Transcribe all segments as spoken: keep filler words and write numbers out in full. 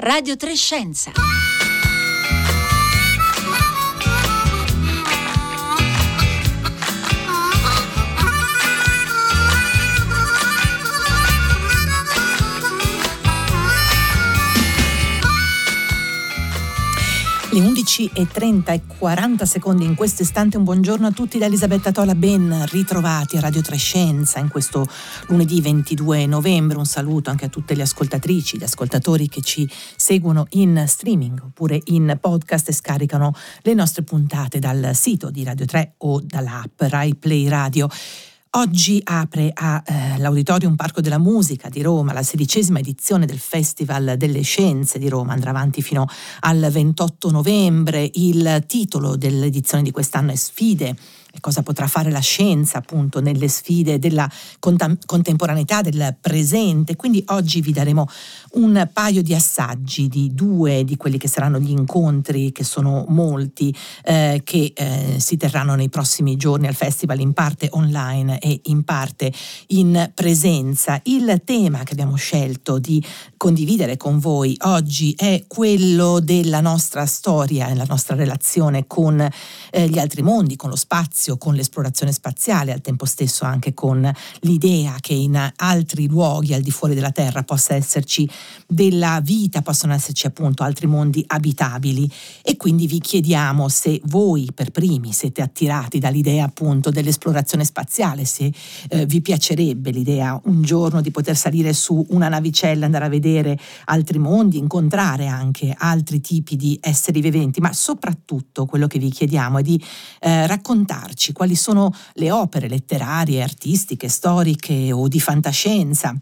Radio tre Scienza. Le undici e trenta e quaranta secondi in questo istante. Un buongiorno a tutti da Elisabetta Tola, ben ritrovati a Radio tre Scienza in questo lunedì ventidue novembre. Un saluto anche a tutte le ascoltatrici, gli ascoltatori che ci seguono in streaming oppure in podcast e scaricano le nostre puntate dal sito di Radio tre o dall'app Rai Play Radio. Oggi apre all'Auditorium Parco della Musica di Roma la sedicesima edizione del Festival delle Scienze di Roma. Andrà avanti fino al ventotto novembre. Il titolo dell'edizione di quest'anno è Sfide. E cosa potrà fare la scienza appunto nelle sfide della cont- contemporaneità, del presente. Quindi oggi vi daremo un paio di assaggi di due di quelli che saranno gli incontri, che sono molti, eh, che eh, si terranno nei prossimi giorni al festival, in parte online e in parte in presenza. Il tema che abbiamo scelto di condividere con voi oggi è quello della nostra storia e la nostra relazione con eh, gli altri mondi, con lo spazio, con l'esplorazione spaziale, al tempo stesso anche con l'idea che in altri luoghi al di fuori della Terra possa esserci della vita, possono esserci appunto altri mondi abitabili. E quindi vi chiediamo se voi per primi siete attirati dall'idea appunto dell'esplorazione spaziale, se eh, vi piacerebbe l'idea un giorno di poter salire su una navicella, andare a vedere altri mondi, incontrare anche altri tipi di esseri viventi, ma soprattutto quello che vi chiediamo è di eh, raccontarci quali sono le opere letterarie, artistiche, storiche o di fantascienza,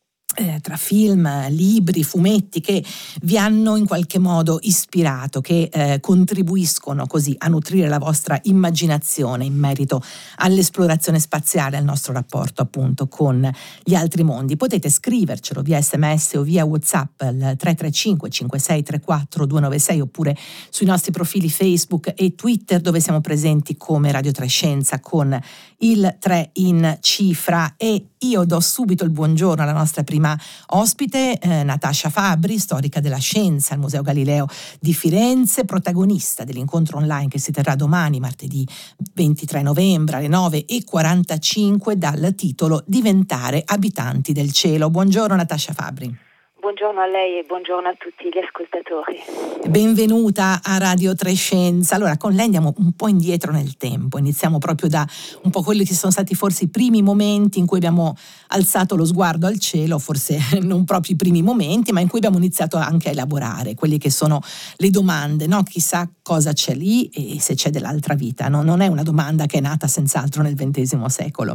Eh, tra film, libri, fumetti che vi hanno in qualche modo ispirato, che eh, contribuiscono così a nutrire la vostra immaginazione in merito all'esplorazione spaziale, al nostro rapporto appunto con gli altri mondi. Potete scrivercelo via sms o via WhatsApp al tre tre cinque cinque sei tre quattro due nove sei oppure sui nostri profili Facebook e Twitter, dove siamo presenti come Radio tre Scienza con il tre in cifra. E io do subito il buongiorno alla nostra prima ospite, eh, Natascia Fabbri, storica della scienza al Museo Galileo di Firenze, protagonista dell'incontro online che si terrà domani, martedì ventitré novembre alle nove e quarantacinque, dal titolo Diventare abitanti del cielo. Buongiorno Natascia Fabbri. Buongiorno a lei e buongiorno a tutti gli ascoltatori. Benvenuta a Radio tre Scienza. Allora, con lei andiamo un po' indietro nel tempo, iniziamo proprio da un po' quelli che sono stati forse i primi momenti in cui abbiamo alzato lo sguardo al cielo, forse non proprio i primi momenti, ma in cui abbiamo iniziato anche a elaborare quelli che sono le domande, no? Chissà cosa c'è lì e se c'è dell'altra vita, no? Non è una domanda che è nata senz'altro nel ventesimo secolo.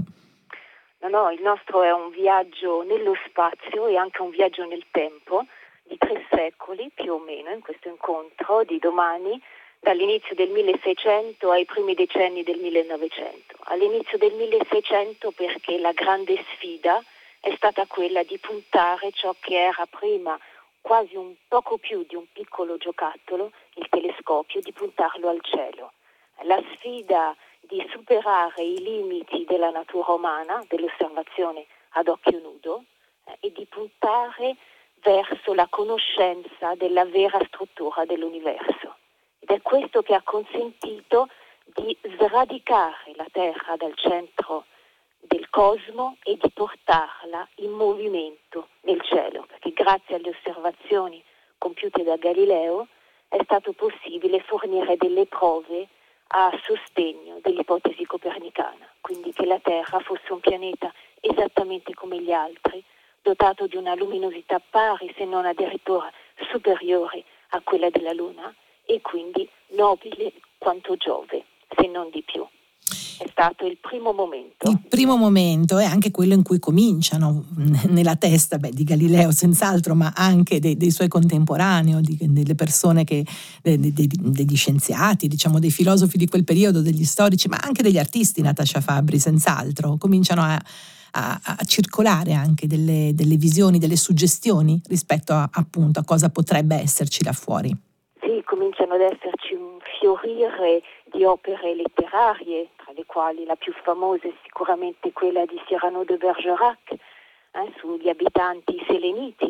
No, no, il nostro è un viaggio nello spazio e anche un viaggio nel tempo di tre secoli più o meno in questo incontro di domani, dall'inizio del milleseicento ai primi decenni del millenovecento. All'inizio del milleseicento perché la grande sfida è stata quella di puntare ciò che era prima quasi un poco più di un piccolo giocattolo, il telescopio, di puntarlo al cielo. La sfida di superare i limiti della natura umana, dell'osservazione ad occhio nudo, eh, e di puntare verso la conoscenza della vera struttura dell'universo. Ed è questo che ha consentito di sradicare la Terra dal centro del cosmo e di portarla in movimento nel cielo, perché grazie alle osservazioni compiute da Galileo è stato possibile fornire delle prove a sostegno dell'ipotesi copernicana, quindi che la Terra fosse un pianeta esattamente come gli altri, dotato di una luminosità pari se non addirittura superiore a quella della Luna e quindi nobile quanto Giove, se non di più. È stato il primo momento. Il primo momento è anche quello in cui cominciano nella testa beh, di Galileo senz'altro, ma anche dei, dei suoi contemporanei, di, delle persone che, de, de, de, degli scienziati, diciamo dei filosofi di quel periodo, degli storici, ma anche degli artisti, Natascia Fabbri, senz'altro, cominciano a, a, a circolare anche delle, delle visioni, delle suggestioni rispetto a, appunto a cosa potrebbe esserci là fuori. Sì, cominciano ad esserci un fiorire di opere letterarie, tra le quali la più famosa è sicuramente quella di Cyrano de Bergerac, eh, sugli abitanti seleniti,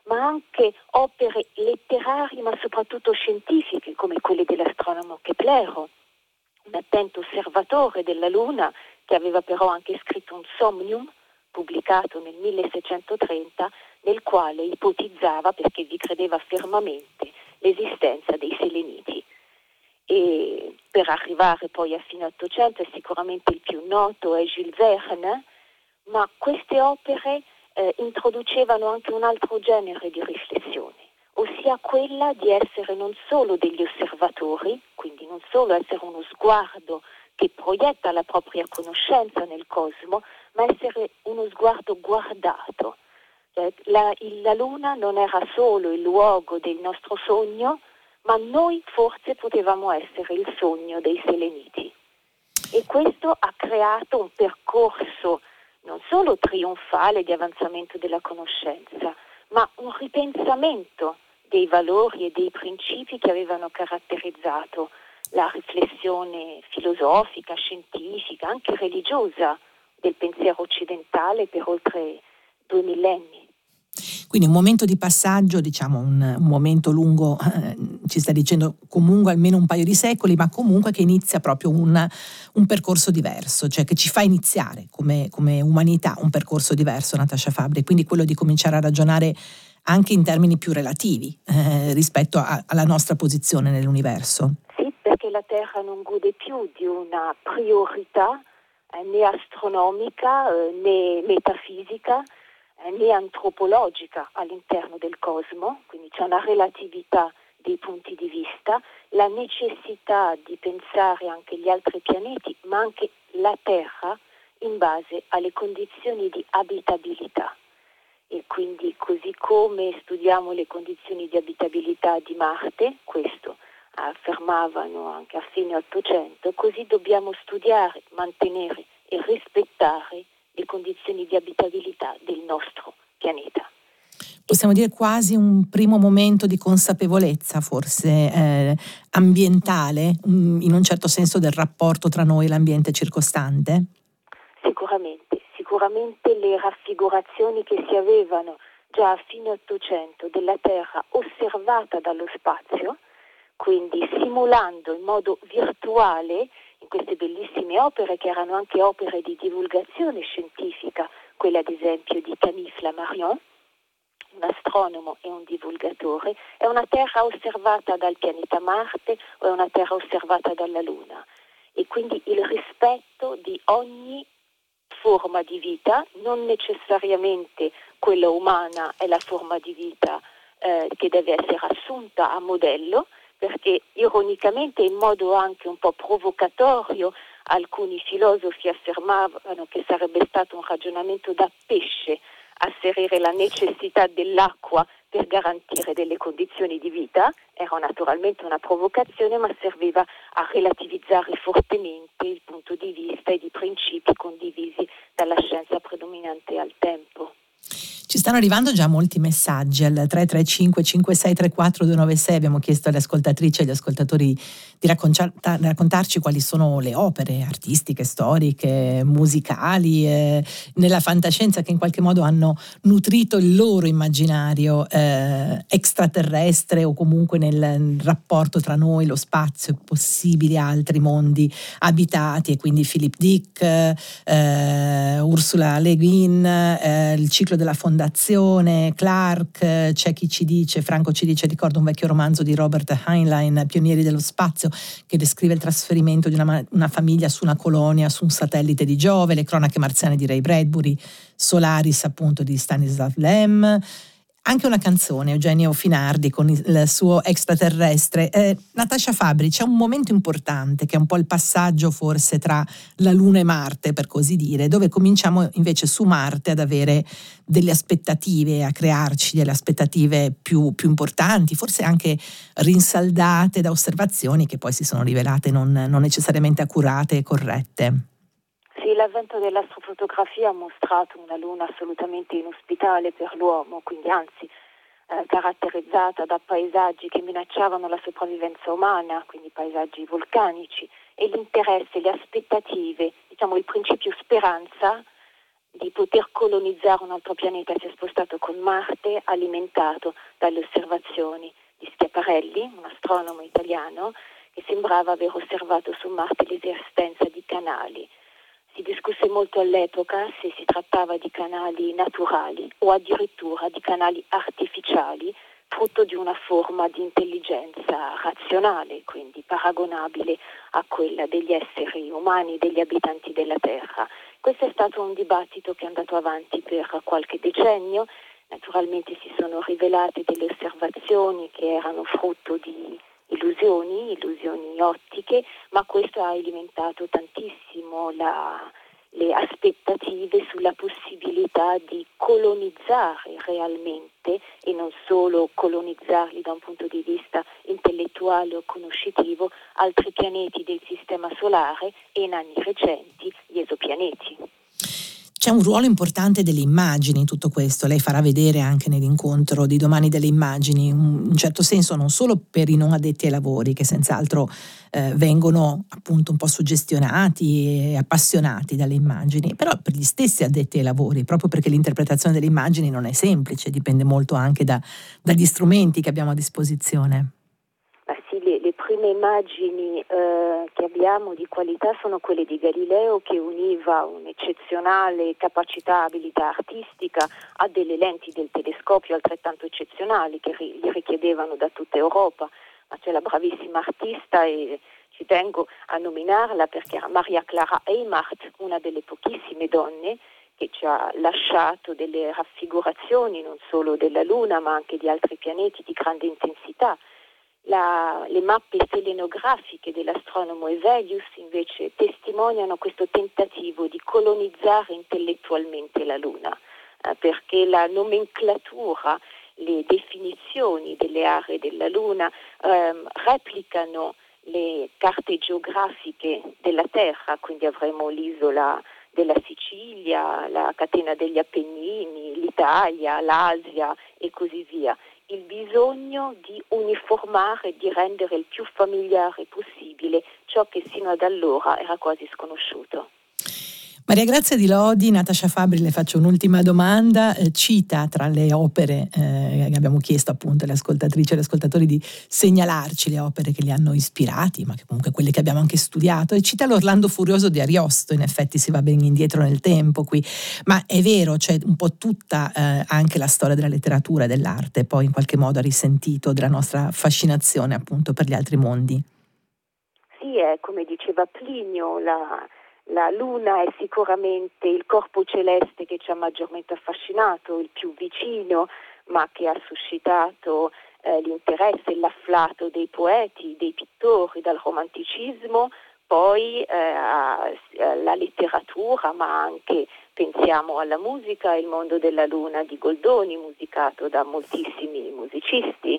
ma anche opere letterarie, ma soprattutto scientifiche, come quelle dell'astronomo Keplero, un attento osservatore della Luna, che aveva però anche scritto un Somnium, pubblicato nel milleseicentotrenta, nel quale ipotizzava, perché vi credeva fermamente, l'esistenza dei seleniti. E per arrivare poi a fine Ottocento, è sicuramente il più noto è Jules Verne, ma queste opere eh, introducevano anche un altro genere di riflessione, ossia quella di essere non solo degli osservatori, quindi non solo essere uno sguardo che proietta la propria conoscenza nel cosmo, ma essere uno sguardo guardato. Cioè, la, il, la Luna non era solo il luogo del nostro sogno, ma noi forse potevamo essere il sogno dei seleniti. E questo ha creato un percorso non solo trionfale di avanzamento della conoscenza, ma un ripensamento dei valori e dei principi che avevano caratterizzato la riflessione filosofica, scientifica, anche religiosa del pensiero occidentale per oltre due millenni. Quindi un momento di passaggio, diciamo un, un momento lungo, eh, ci sta dicendo comunque almeno un paio di secoli, ma comunque che inizia proprio un, un percorso diverso, cioè che ci fa iniziare come, come umanità un percorso diverso, Natasha Fabri, quindi quello di cominciare a ragionare anche in termini più relativi eh, rispetto a, alla nostra posizione nell'universo. Sì, perché la Terra non gode più di una priorità eh, né astronomica eh, né metafisica, né antropologica all'interno del cosmo, quindi c'è una relatività dei punti di vista, la necessità di pensare anche gli altri pianeti, ma anche la Terra in base alle condizioni di abitabilità. E quindi così come studiamo le condizioni di abitabilità di Marte, questo affermavano anche a fine Ottocento, così dobbiamo studiare, mantenere e rispettare le condizioni di abitabilità del nostro pianeta. Possiamo dire quasi un primo momento di consapevolezza, forse eh, ambientale, in un certo senso, del rapporto tra noi e l'ambiente circostante? Sicuramente, sicuramente le raffigurazioni che si avevano già a fine Ottocento della Terra osservata dallo spazio, quindi simulando in modo virtuale in queste bellissime opere che erano anche opere di divulgazione scientifica, quella ad esempio di Camille Flammarion, un astronomo e un divulgatore, è una Terra osservata dal pianeta Marte o è una Terra osservata dalla Luna. E quindi il rispetto di ogni forma di vita, non necessariamente quella umana è la forma di vita eh, che deve essere assunta a modello, perché ironicamente, in modo anche un po' provocatorio, alcuni filosofi affermavano che sarebbe stato un ragionamento da pesce asserire la necessità dell'acqua per garantire delle condizioni di vita. Era naturalmente una provocazione, ma serviva a relativizzare fortemente il punto di vista e i principi condivisi dalla scienza predominante al tempo. Ci stanno arrivando già molti messaggi al tre tre cinque cinque sei tre quattro due nove sei. Abbiamo chiesto alle ascoltatrici e agli ascoltatori di racconta- raccontarci quali sono le opere artistiche, storiche, musicali, eh, nella fantascienza che in qualche modo hanno nutrito il loro immaginario eh, extraterrestre o comunque nel rapporto tra noi, lo spazio, possibili altri mondi abitati, e quindi Philip Dick, eh, Ursula Le Guin, eh, il ciclo della fondazione, Clark, c'è chi ci dice, Franco ci dice, ricordo un vecchio romanzo di Robert Heinlein, Pionieri dello spazio, che descrive il trasferimento di una, una famiglia su una colonia, su un satellite di Giove, le cronache marziane di Ray Bradbury, Solaris appunto di Stanislav Lem. Anche una canzone, Eugenio Finardi con il suo Extraterrestre. Eh, Natasha Fabri, c'è un momento importante che è un po' il passaggio forse tra la Luna e Marte, per così dire, dove cominciamo invece su Marte ad avere delle aspettative, a crearci delle aspettative più, più importanti, forse anche rinsaldate da osservazioni che poi si sono rivelate non, non necessariamente accurate e corrette. Sì, l'avvento dell'astrofotografia ha mostrato una Luna assolutamente inospitale per l'uomo, quindi anzi eh, caratterizzata da paesaggi che minacciavano la sopravvivenza umana, quindi paesaggi vulcanici, e l'interesse, le aspettative, diciamo il principio speranza di poter colonizzare un altro pianeta, si è spostato con Marte, alimentato dalle osservazioni di Schiaparelli, un astronomo italiano, che sembrava aver osservato su Marte l'esistenza di canali. Si discusse molto all'epoca se si trattava di canali naturali o addirittura di canali artificiali, frutto di una forma di intelligenza razionale, quindi paragonabile a quella degli esseri umani, degli abitanti della Terra. Questo è stato un dibattito che è andato avanti per qualche decennio. Naturalmente si sono rivelate delle osservazioni che erano frutto di illusioni, illusioni ottiche, ma questo ha alimentato tantissimo la, le aspettative sulla possibilità di colonizzare realmente, e non solo colonizzarli da un punto di vista intellettuale o conoscitivo, altri pianeti del Sistema Solare e in anni recenti gli esopianeti. C'è un ruolo importante delle immagini in tutto questo, lei farà vedere anche nell'incontro di domani delle immagini, in un certo senso non solo per i non addetti ai lavori, che senz'altro eh, vengono appunto un po' suggestionati e appassionati dalle immagini, però per gli stessi addetti ai lavori, proprio perché l'interpretazione delle immagini non è semplice, dipende molto anche da, dagli strumenti che abbiamo a disposizione. Le, le prime immagini eh, che abbiamo di qualità sono quelle di Galileo, che univa un'eccezionale capacità, abilità artistica a delle lenti del telescopio altrettanto eccezionali che ri- gli richiedevano da tutta Europa. Ma c'è la bravissima artista, e ci tengo a nominarla perché era Maria Clara Eimart, una delle pochissime donne che ci ha lasciato delle raffigurazioni non solo della Luna ma anche di altri pianeti di grande intensità. La, le mappe selenografiche dell'astronomo Hevelius invece testimoniano questo tentativo di colonizzare intellettualmente la Luna, eh, perché la nomenclatura, le definizioni delle aree della Luna ehm, replicano le carte geografiche della Terra, quindi avremo l'isola della Sicilia, la catena degli Appennini, l'Italia, l'Asia e così via. Il bisogno di uniformare, di rendere il più familiare possibile ciò che sino ad allora era quasi sconosciuto. Maria Grazia Di Lodi, Natascia Fabbri, le faccio un'ultima domanda. Eh, cita tra le opere eh, che abbiamo chiesto appunto alle ascoltatrici e agli ascoltatori di segnalarci le opere che li hanno ispirati, ma che comunque quelle che abbiamo anche studiato, e cita l'Orlando Furioso di Ariosto. In effetti si va ben indietro nel tempo qui, ma è vero, c'è un po' tutta eh, anche la storia della letteratura e dell'arte, poi in qualche modo ha risentito della nostra fascinazione appunto per gli altri mondi. Sì, è come diceva Plinio, la La Luna è sicuramente il corpo celeste che ci ha maggiormente affascinato, il più vicino, ma che ha suscitato eh, l'interesse, l'afflato dei poeti, dei pittori, dal romanticismo, poi eh, alla letteratura, ma anche pensiamo alla musica, il mondo della Luna di Goldoni, musicato da moltissimi musicisti,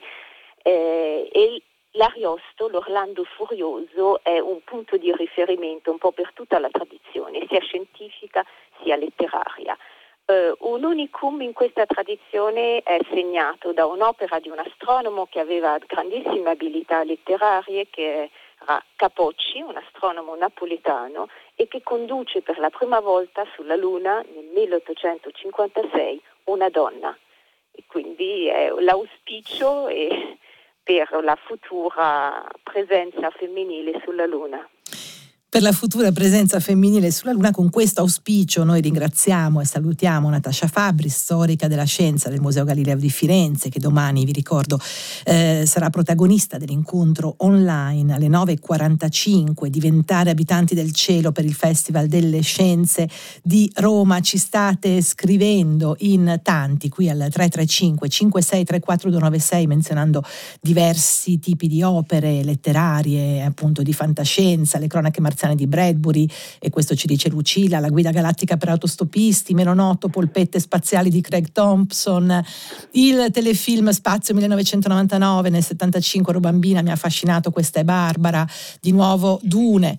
eh, e l'Ariosto, l'Orlando Furioso, è un punto di riferimento un po' per tutta la tradizione, sia scientifica sia letteraria. Uh, un unicum in questa tradizione è segnato da un'opera di un astronomo che aveva grandissime abilità letterarie, che era Capocci, un astronomo napoletano, e che conduce per la prima volta sulla Luna nel milleottocentocinquantasei una donna. E quindi è l'auspicio e per la futura presenza femminile sulla Luna. Per la futura presenza femminile sulla Luna, con questo auspicio noi ringraziamo e salutiamo Natascia Fabbri, storica della scienza del Museo Galileo di Firenze, che domani, vi ricordo, eh, sarà protagonista dell'incontro online alle nove e quarantacinque, Diventare abitanti del cielo, per il Festival delle Scienze di Roma. Ci state scrivendo in tanti qui al tre tre cinque cinque sei tre quattro due nove sei, menzionando diversi tipi di opere letterarie, appunto di fantascienza, le cronache marziane di Bradbury, e questo ci dice Lucilla, La guida galattica per autostopisti, Meronotto, Polpette spaziali di Craig Thompson, il telefilm Spazio millenovecentonovantanove, nel settantacinque ero bambina, mi ha affascinato, Questa è Barbara, di nuovo Dune,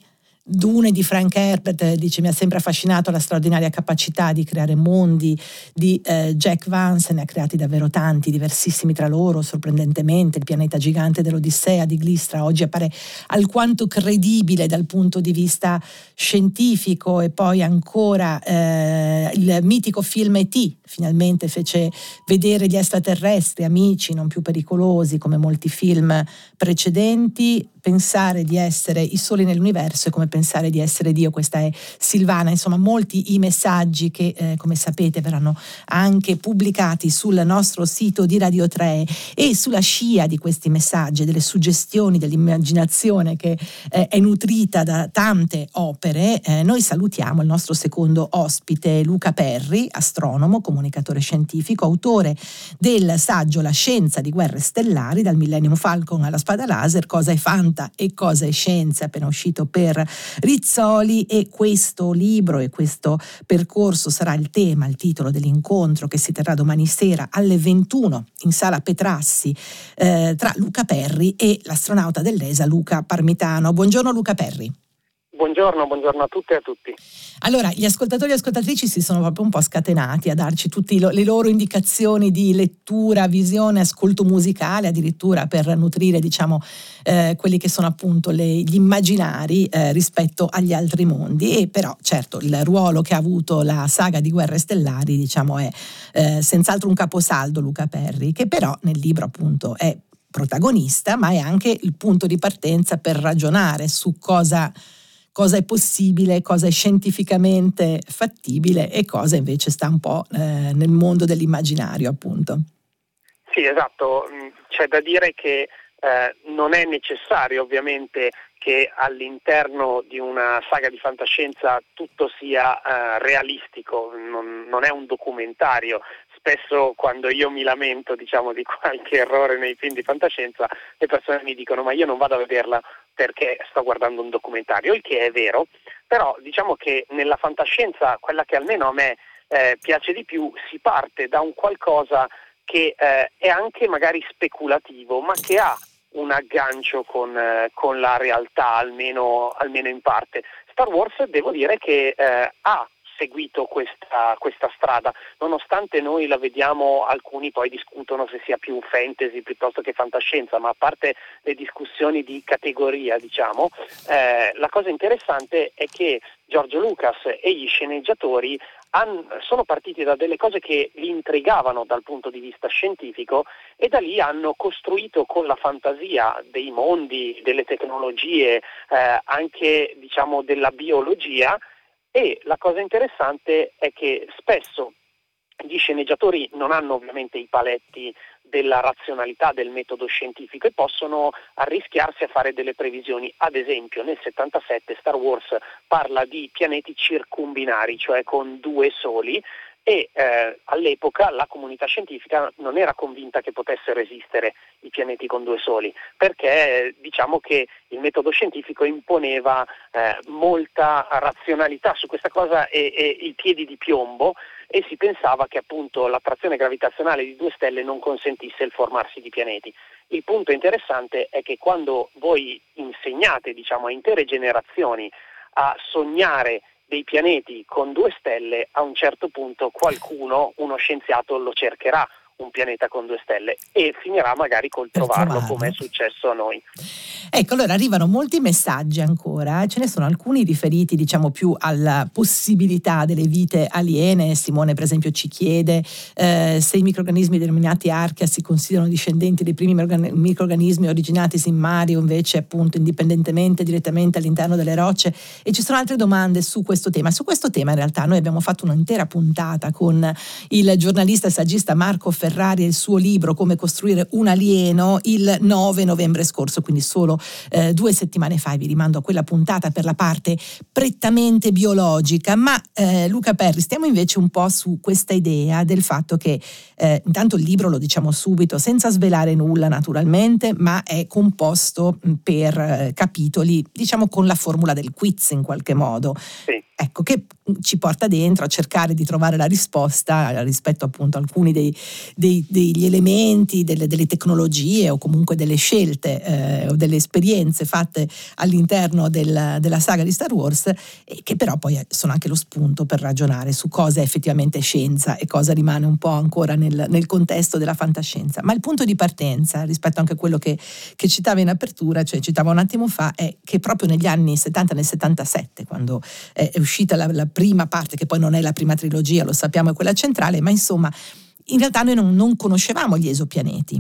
Dune di Frank Herbert, dice, mi ha sempre affascinato la straordinaria capacità di creare mondi di eh, Jack Vance, ne ha creati davvero tanti, diversissimi tra loro, sorprendentemente. Il pianeta gigante dell'Odissea di Glistra oggi appare alquanto credibile dal punto di vista scientifico. E poi ancora eh, il mitico film E T finalmente fece vedere gli extraterrestri amici, non più pericolosi come molti film precedenti. Pensare di essere i soli nell'universo è come pensare di essere Dio. Questa è Silvana. Insomma, molti i messaggi che eh, come sapete verranno anche pubblicati sul nostro sito di Radio tre, e sulla scia di questi messaggi, delle suggestioni, dell'immaginazione che eh, è nutrita da tante opere, eh, noi salutiamo il nostro secondo ospite, Luca Perri, astronomo, comunicatore scientifico, autore del saggio La scienza di guerre stellari, dal Millennium Falcon alla spada laser, cosa è fanta e cosa è scienza, appena uscito per Rizzoli. E questo libro e questo percorso sarà il tema, il titolo dell'incontro che si terrà domani sera alle ventuno in sala Petrassi eh, tra Luca Perri e l'astronauta dell'E S A Luca Parmitano. Buongiorno Luca Perri. Buongiorno, buongiorno a tutte e a tutti. Allora, gli ascoltatori e ascoltatrici si sono proprio un po' scatenati a darci tutte le loro indicazioni di lettura, visione, ascolto musicale, addirittura per nutrire, diciamo, eh, quelli che sono appunto le, gli immaginari eh, rispetto agli altri mondi. E però, certo, il ruolo che ha avuto la saga di Guerre Stellari, diciamo, è eh, senz'altro un caposaldo, Luca Perri, che però nel libro appunto è protagonista, ma è anche il punto di partenza per ragionare su cosa cosa è possibile, cosa è scientificamente fattibile e cosa invece sta un po' eh, nel mondo dell'immaginario, appunto. Sì, esatto. C'è da dire che eh, non è necessario ovviamente che all'interno di una saga di fantascienza tutto sia eh, realistico, non, non è un documentario. Spesso quando io mi lamento, diciamo, di qualche errore nei film di fantascienza, le persone mi dicono ma io non vado a vederla perché sto guardando un documentario, il che è vero, però diciamo che nella fantascienza, quella che almeno a me eh, piace di più, si parte da un qualcosa che eh, è anche magari speculativo, ma che ha un aggancio con, eh, con la realtà, almeno, almeno in parte. Star Wars, devo dire che eh, ha seguito questa, questa strada, nonostante noi la vediamo, alcuni poi discutono se sia più fantasy piuttosto che fantascienza, ma a parte le discussioni di categoria, diciamo, eh, la cosa interessante è che George Lucas e gli sceneggiatori han, sono partiti da delle cose che li intrigavano dal punto di vista scientifico, e da lì hanno costruito con la fantasia dei mondi, delle tecnologie, eh, anche diciamo della biologia. E la cosa interessante è che spesso gli sceneggiatori non hanno ovviamente i paletti della razionalità del metodo scientifico e possono arrischiarsi a fare delle previsioni. Ad esempio, nel settantasette Star Wars parla di pianeti circumbinari, cioè con due soli, e eh, all'epoca la comunità scientifica non era convinta che potessero esistere i pianeti con due soli, perché eh, diciamo che il metodo scientifico imponeva eh, molta razionalità su questa cosa e, e i piedi di piombo, e si pensava che appunto l'attrazione gravitazionale di due stelle non consentisse il formarsi di pianeti. Il punto interessante è che quando voi insegnate, diciamo, a intere generazioni a sognare dei pianeti con due stelle, a un certo punto qualcuno, uno scienziato, lo cercherà un pianeta con due stelle e finirà magari col trovarlo, come è successo a noi. Ecco, allora arrivano molti messaggi ancora, ce ne sono alcuni riferiti, diciamo, più alla possibilità delle vite aliene. Simone per esempio ci chiede eh, se i microrganismi denominati archea si considerano discendenti dei primi microrganismi originatisi in mare o invece appunto indipendentemente direttamente all'interno delle rocce, e ci sono altre domande su questo tema. Su questo tema in realtà noi abbiamo fatto un'intera puntata con il giornalista e saggista Marco Ferrari e il suo libro Come costruire un alieno il nove novembre scorso, quindi solo eh, due settimane fa, e vi rimando a quella puntata per la parte prettamente biologica. Ma eh, Luca Perri, stiamo invece un po' su questa idea del fatto che eh, intanto il libro, lo diciamo subito senza svelare nulla naturalmente, ma è composto per eh, capitoli, diciamo con la formula del quiz in qualche modo. Sì. Ecco, che ci porta dentro a cercare di trovare la risposta rispetto appunto a alcuni dei, dei, degli elementi, delle, delle tecnologie o comunque delle scelte eh, o delle esperienze fatte all'interno del, della saga di Star Wars, e che però poi sono anche lo spunto per ragionare su cosa è effettivamente scienza e cosa rimane un po' ancora nel, nel contesto della fantascienza. Ma il punto di partenza, rispetto anche a quello che, che citava in apertura, cioè citava un attimo fa, è che proprio negli anni settanta, nel settantasette, quando è, è uscita la, la prima parte, che poi non è la prima trilogia, lo sappiamo, è quella centrale, ma insomma in realtà noi non, non conoscevamo gli esopianeti.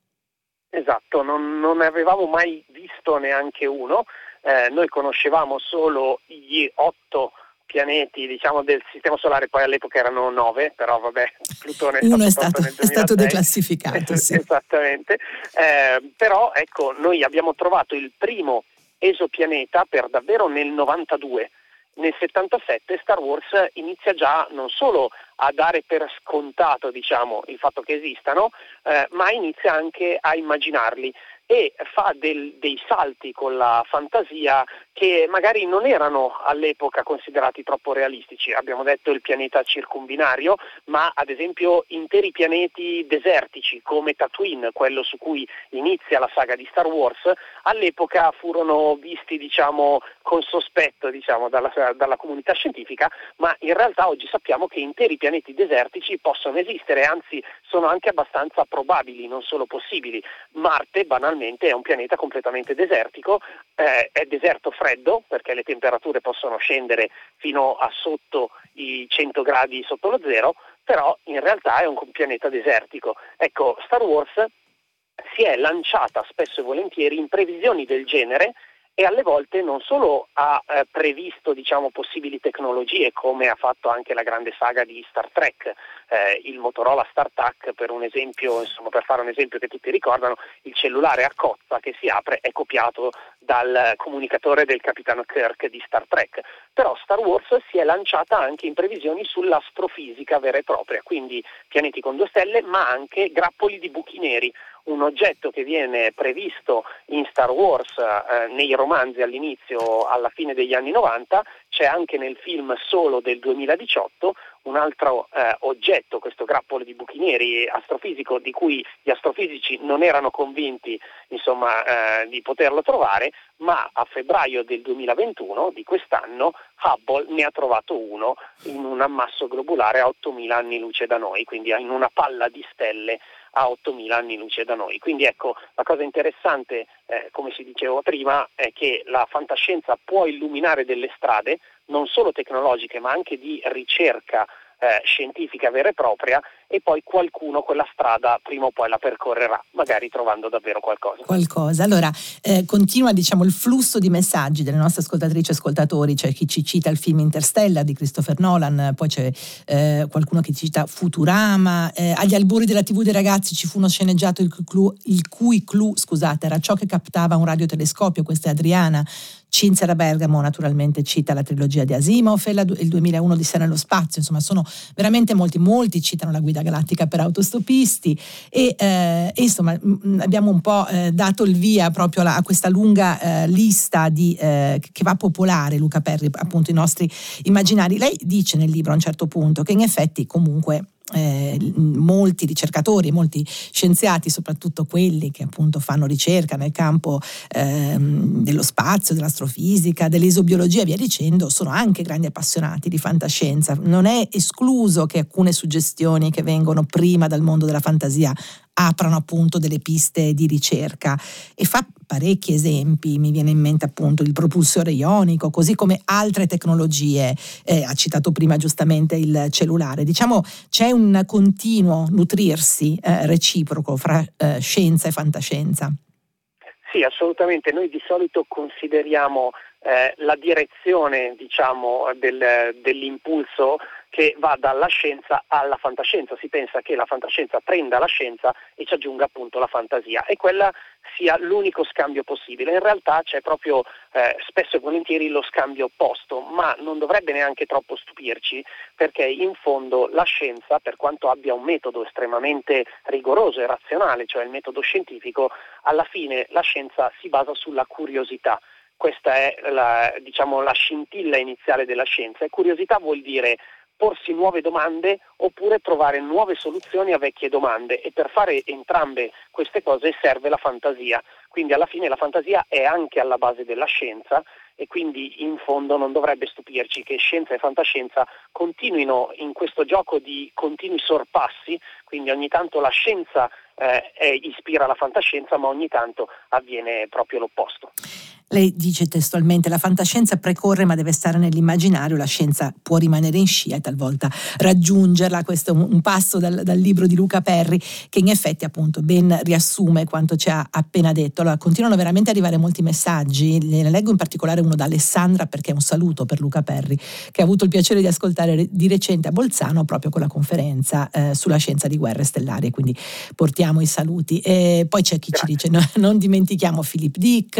Esatto, non, non ne avevamo mai visto neanche uno, eh, noi conoscevamo solo gli otto pianeti, diciamo, del sistema solare, poi all'epoca erano nove, però vabbè, Plutone è uno stato, è stato, nel è stato duemilasei. declassificato, sì. Esattamente, eh, però ecco, noi abbiamo trovato il primo esopianeta per davvero nel novantadue. Nel settantasette Star Wars inizia già non solo a dare per scontato, diciamo, il fatto che esistano, eh, ma inizia anche a immaginarli e fa del, dei salti con la fantasia che magari non erano all'epoca considerati troppo realistici. Abbiamo detto il pianeta circumbinario, ma ad esempio interi pianeti desertici come Tatooine, quello su cui inizia la saga di Star Wars, all'epoca furono visti, diciamo, con sospetto, diciamo, dalla, dalla comunità scientifica, ma in realtà oggi sappiamo che interi pianeti desertici possono esistere, anzi sono anche abbastanza probabili, non solo possibili. Marte banalmente è un pianeta completamente desertico, eh, è deserto freddo perché le temperature possono scendere fino a sotto i cento gradi sotto lo zero, però in realtà è un pianeta desertico. Ecco, Star Wars si è lanciata spesso e volentieri in previsioni del genere e alle volte non solo ha eh, previsto, diciamo, possibili tecnologie, come ha fatto anche la grande saga di Star Trek, eh, il Motorola StarTAC, per un esempio, insomma, per fare un esempio che tutti ricordano, il cellulare a cozza che si apre è copiato dal comunicatore del capitano Kirk di Star Trek. Però Star Wars si è lanciata anche in previsioni sull'astrofisica vera e propria, quindi pianeti con due stelle, ma anche grappoli di buchi neri, un oggetto che viene previsto in Star Wars eh, nei romanzi all'inizio, alla fine degli anni novanta, c'è anche nel film Solo del duemiladiciotto un altro eh, oggetto, questo grappolo di buchi neri astrofisico, di cui gli astrofisici non erano convinti, insomma, eh, di poterlo trovare, ma a febbraio del duemilaventuno, di quest'anno, Hubble ne ha trovato uno in un ammasso globulare a ottomila anni luce da noi, quindi in una palla di stelle a ottomila anni luce da noi. Quindi ecco, la cosa interessante, eh, come si diceva prima, è che la fantascienza può illuminare delle strade, non solo tecnologiche, ma anche di ricerca eh, scientifica vera e propria, e poi qualcuno quella strada prima o poi la percorrerà, magari trovando davvero qualcosa. Qualcosa. Allora, eh, continua, diciamo, il flusso di messaggi delle nostre ascoltatrici e ascoltatori. C'è chi ci cita il film Interstellar di Christopher Nolan, poi c'è eh, qualcuno che cita Futurama, eh, agli albori della tivù dei ragazzi ci fu uno sceneggiato il, clou, il cui clou, scusate, era ciò che captava un radiotelescopio. Questa è Adriana. Cinzia da Bergamo naturalmente cita la trilogia di Asimov e la, il duemilauno Odissea nello spazio. Insomma, sono veramente molti, molti citano la guida galattica per autostopisti e, eh, e insomma mh, abbiamo un po' eh, dato il via proprio alla, a questa lunga eh, lista di, eh, che va a popolare, Luca Perri, appunto i nostri immaginari. Lei dice nel libro a un certo punto che in effetti comunque Eh, molti ricercatori, molti scienziati, soprattutto quelli che appunto fanno ricerca nel campo ehm, dello spazio, dell'astrofisica, dell'esobiologia e via dicendo, sono anche grandi appassionati di fantascienza. Non è escluso che alcune suggestioni che vengono prima dal mondo della fantasia aprano appunto delle piste di ricerca, e fa parecchi esempi. Mi viene in mente appunto il propulsore ionico, così come altre tecnologie. Eh, ha citato prima giustamente il cellulare. Diciamo c'è un continuo nutrirsi eh, reciproco fra eh, scienza e fantascienza. Sì, assolutamente. Noi di solito consideriamo eh, la direzione, diciamo, del, dell'impulso che va dalla scienza alla fantascienza. Si pensa che la fantascienza prenda la scienza e ci aggiunga appunto la fantasia, e quella sia l'unico scambio possibile. In realtà c'è proprio eh, spesso e volentieri lo scambio opposto, ma non dovrebbe neanche troppo stupirci, perché in fondo la scienza, per quanto abbia un metodo estremamente rigoroso e razionale, cioè il metodo scientifico, alla fine la scienza si basa sulla curiosità. Questa è la, diciamo, la scintilla iniziale della scienza, e curiosità vuol dire porsi nuove domande oppure trovare nuove soluzioni a vecchie domande, e per fare entrambe queste cose serve la fantasia. Quindi alla fine la fantasia è anche alla base della scienza, e quindi in fondo non dovrebbe stupirci che scienza e fantascienza continuino in questo gioco di continui sorpassi, quindi ogni tanto la scienza eh, è, ispira la fantascienza, ma ogni tanto avviene proprio l'opposto. Lei dice testualmente: la fantascienza precorre ma deve stare nell'immaginario, la scienza può rimanere in scia e talvolta raggiungerla. Questo è un passo dal, dal libro di Luca Perri, che in effetti appunto ben riassume quanto ci ha appena detto. Allora, continuano veramente ad arrivare molti messaggi, ne leggo in particolare uno da Alessandra, perché è un saluto per Luca Perri, che ha avuto il piacere di ascoltare di recente a Bolzano proprio con la conferenza eh, sulla scienza di guerre stellari, quindi portiamo i saluti. E poi c'è chi Grazie. Ci dice: no, non dimentichiamo Philip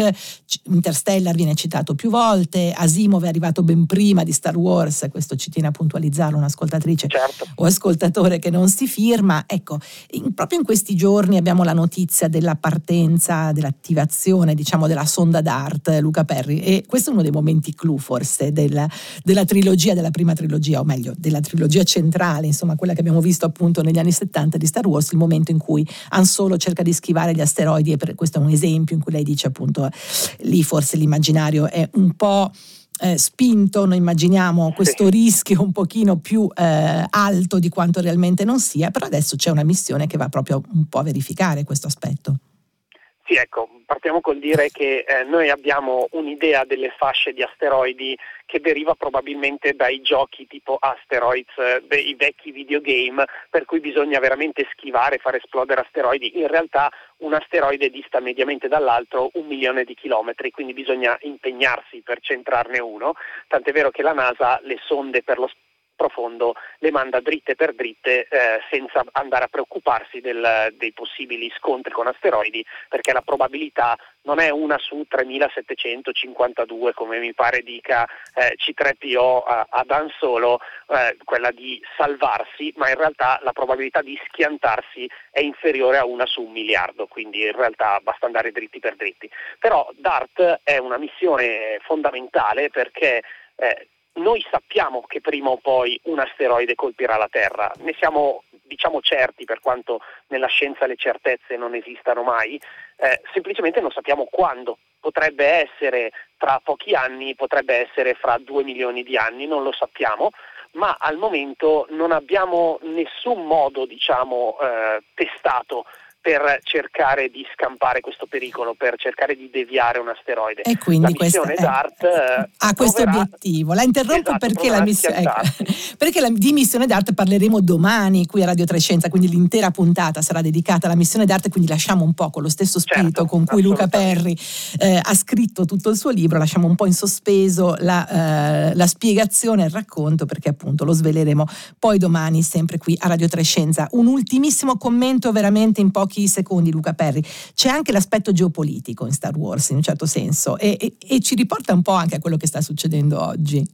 Dick, Interstellar viene citato più volte, Asimov è arrivato ben prima di Star Wars, questo ci tiene a puntualizzarlo un'ascoltatrice certo. o ascoltatore che non si firma. Ecco, in, proprio in questi giorni abbiamo la notizia della partenza, dell'attivazione diciamo della sonda DART, Luca Perri, e questo è uno dei momenti clou forse della, della trilogia, della prima trilogia, o meglio della trilogia centrale, insomma quella che abbiamo visto appunto negli anni settanta di Star Wars, il momento in cui Han Solo cerca di schivare gli asteroidi, e per, questo è un esempio in cui lei dice appunto lì forse l'immaginario è un po' eh, spinto, noi immaginiamo questo rischio un pochino più eh, alto di quanto realmente non sia, però adesso c'è una missione che va proprio un po' a verificare questo aspetto. Sì, ecco, partiamo col dire che eh, noi abbiamo un'idea delle fasce di asteroidi che deriva probabilmente dai giochi tipo Asteroids, eh, dei vecchi videogame, per cui bisogna veramente schivare, far esplodere asteroidi. In realtà un asteroide dista mediamente dall'altro un milione di chilometri, quindi bisogna impegnarsi per centrarne uno, tant'è vero che la NASA le sonde per lo profondo le manda dritte per dritte eh, senza andare a preoccuparsi del, dei possibili scontri con asteroidi, perché la probabilità non è una su tremilasettecentocinquantadue come mi pare dica eh, C tre P O eh, ad Han Solo, eh, quella di salvarsi, ma in realtà la probabilità di schiantarsi è inferiore a una su un miliardo, quindi in realtà basta andare dritti per dritti. Però DART è una missione fondamentale perché eh, noi sappiamo che prima o poi un asteroide colpirà la Terra, ne siamo diciamo certi, per quanto nella scienza le certezze non esistano mai, eh, semplicemente non sappiamo quando. Potrebbe essere tra pochi anni, potrebbe essere fra due milioni di anni, non lo sappiamo, ma al momento non abbiamo nessun modo diciamo eh, testato per cercare di scampare questo pericolo, per cercare di deviare un asteroide. E quindi la missione questa, DART eh, ha questo obiettivo. La interrompo esatto, perché, la missione, ecco, perché la, di missione DART parleremo domani qui a Radio Trescenza, quindi l'intera puntata sarà dedicata alla missione DART, quindi lasciamo un po' con lo stesso spirito certo, con cui Luca Perri eh, ha scritto tutto il suo libro, lasciamo un po' in sospeso la, eh, la spiegazione e il racconto, perché appunto lo sveleremo poi domani sempre qui a Radio Trescenza. Un ultimissimo commento veramente in pochi secondi, Luca Perri. C'è anche l'aspetto geopolitico in Star Wars in un certo senso e, e, e ci riporta un po' anche a quello che sta succedendo oggi.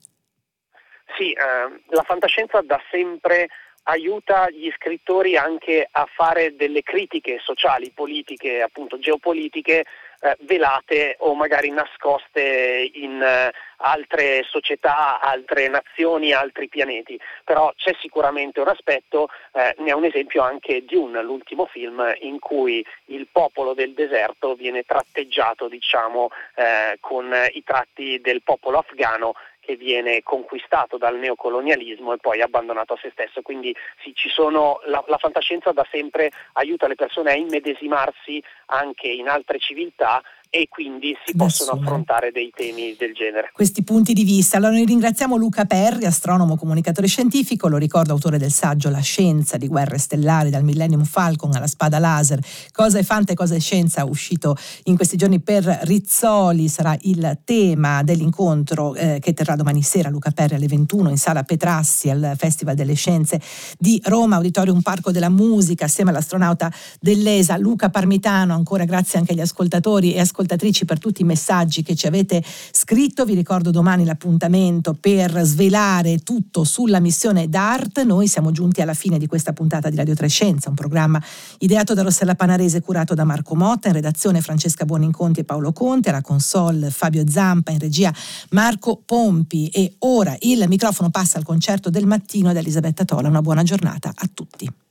Sì, eh, la fantascienza da sempre aiuta gli scrittori anche a fare delle critiche sociali, politiche, appunto geopolitiche, eh, velate o magari nascoste in eh, altre società, altre nazioni, altri pianeti. Però c'è sicuramente un aspetto, eh, ne è un esempio anche Dune, l'ultimo film in cui il popolo del deserto viene tratteggiato, diciamo, eh, con i tratti del popolo afghano, che viene conquistato dal neocolonialismo e poi abbandonato a se stesso. Quindi sì, ci sono la, la fantascienza da sempre aiuta le persone a immedesimarsi anche in altre civiltà e quindi si possono affrontare dei temi del genere. Questi punti di vista. Allora noi ringraziamo Luca Perri, astronomo, comunicatore scientifico, lo ricordo autore del saggio La scienza di guerre stellari dal Millennium Falcon alla spada laser, cosa è fanta e cosa è scienza, uscito in questi giorni per Rizzoli, sarà il tema dell'incontro eh, che terrà domani sera Luca Perri alle ventuno in sala Petrassi al Festival delle Scienze di Roma, Auditorium Parco della Musica, assieme all'astronauta dell'E S A Luca Parmitano. Ancora grazie anche agli ascoltatori e ascoltatori ascoltatrici per tutti i messaggi che ci avete scritto. Vi ricordo domani l'appuntamento per svelare tutto sulla missione DART. Noi siamo giunti alla fine di questa puntata di Radio Trescenza, un programma ideato da Rossella Panarese, curato da Marco Motta, in redazione Francesca Buoninconti e Paolo Conte, alla console Fabio Zampa, in regia Marco Pompi. E ora il microfono passa al concerto del mattino da Elisabetta Tola. Una buona giornata a tutti.